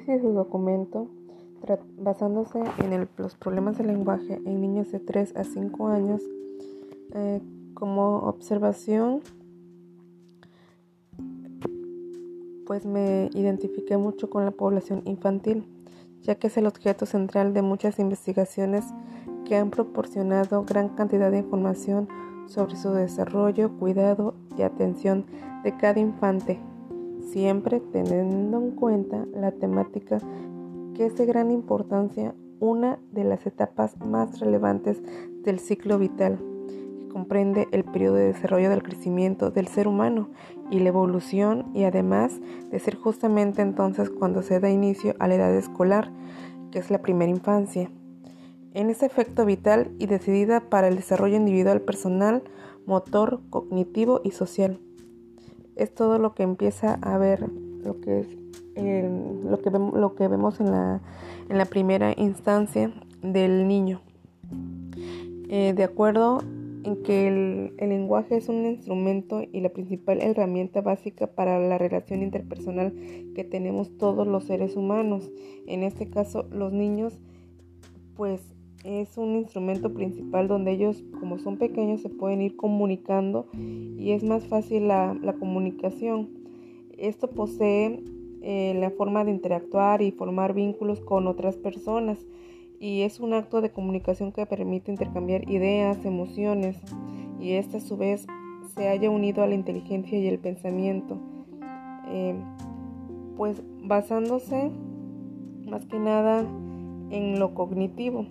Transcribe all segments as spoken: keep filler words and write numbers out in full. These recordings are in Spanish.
análisis de su documento, tra- basándose en el- los problemas del lenguaje en niños de tres a cinco años, eh, como observación, pues me identifiqué mucho con la población infantil, ya que es el objeto central de muchas investigaciones que han proporcionado gran cantidad de información sobre su desarrollo, cuidado y atención de cada infante, siempre teniendo en cuenta la temática que es de gran importancia, una de las etapas más relevantes del ciclo vital, que comprende el periodo de desarrollo del crecimiento del ser humano y la evolución, y además de ser justamente entonces cuando se da inicio a la edad escolar, que es la primera infancia. En ese efecto vital y decidida para el desarrollo individual, personal, motor, cognitivo y social. Es todo lo que empieza a ver, lo que es eh, lo que vemos, lo que vemos en la, en la primera instancia del niño. Eh, de acuerdo en que el, el lenguaje es un instrumento y la principal herramienta básica para la relación interpersonal que tenemos todos los seres humanos. En este caso, los niños, pues es un instrumento principal donde ellos, como son pequeños, se pueden ir comunicando y es más fácil la, la comunicación. Esto posee eh, la forma de interactuar y formar vínculos con otras personas, y es un acto de comunicación que permite intercambiar ideas, emociones, y esta a su vez se haya unido a la inteligencia y el pensamiento, eh, pues basándose más que nada en lo cognitivo.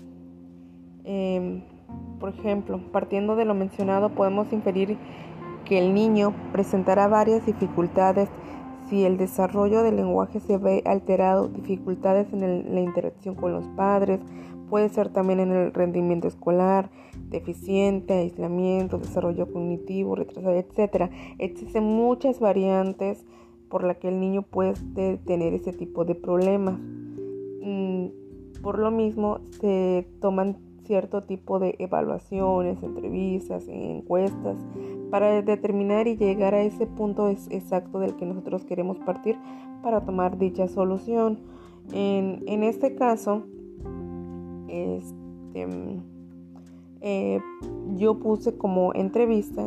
Eh, por ejemplo, partiendo de lo mencionado, podemos inferir que el niño presentará varias dificultades si el desarrollo del lenguaje se ve alterado, dificultades en el, la interacción con los padres, puede ser también en el rendimiento escolar, deficiente, aislamiento, desarrollo cognitivo, retrasado, etcétera. Existen muchas variantes por las que el niño puede tener ese tipo de problemas. Por lo mismo, se toman cierto tipo de evaluaciones, entrevistas, encuestas, para determinar y llegar a ese punto exacto del que nosotros queremos partir para tomar dicha solución. En, en este caso, este, eh, yo puse como entrevista,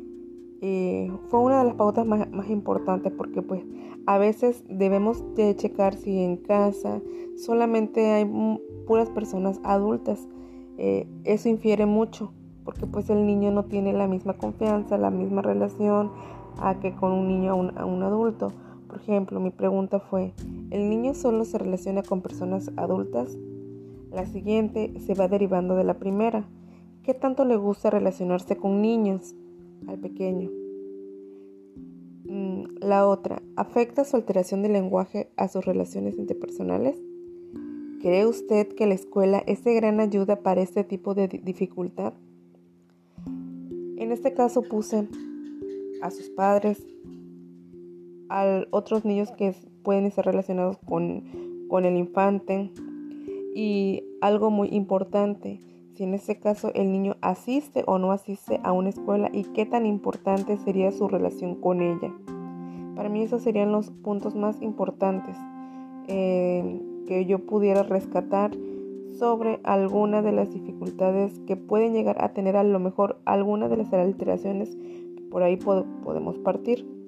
eh, fue una de las pautas más, más importantes, porque pues a veces debemos de checar si en casa solamente hay puras personas adultas. Eh, eso infiere mucho, porque pues el niño no tiene la misma confianza, la misma relación a que con un niño a un, a un adulto. Por ejemplo, mi pregunta fue: ¿el niño solo se relaciona con personas adultas? La siguiente se va derivando de la primera: ¿qué tanto le gusta relacionarse con niños al pequeño? La otra: ¿afecta su alteración del lenguaje a sus relaciones interpersonales? ¿Cree usted que la escuela es de gran ayuda para este tipo de dificultad? En este caso puse a sus padres, a otros niños que pueden estar relacionados con, con el infante, y algo muy importante, si en este caso el niño asiste o no asiste a una escuela y qué tan importante sería su relación con ella. Para mí esos serían los puntos más importantes eh, que yo pudiera rescatar sobre alguna de las dificultades que pueden llegar a tener, a lo mejor alguna de las alteraciones que por ahí pod- podemos partir.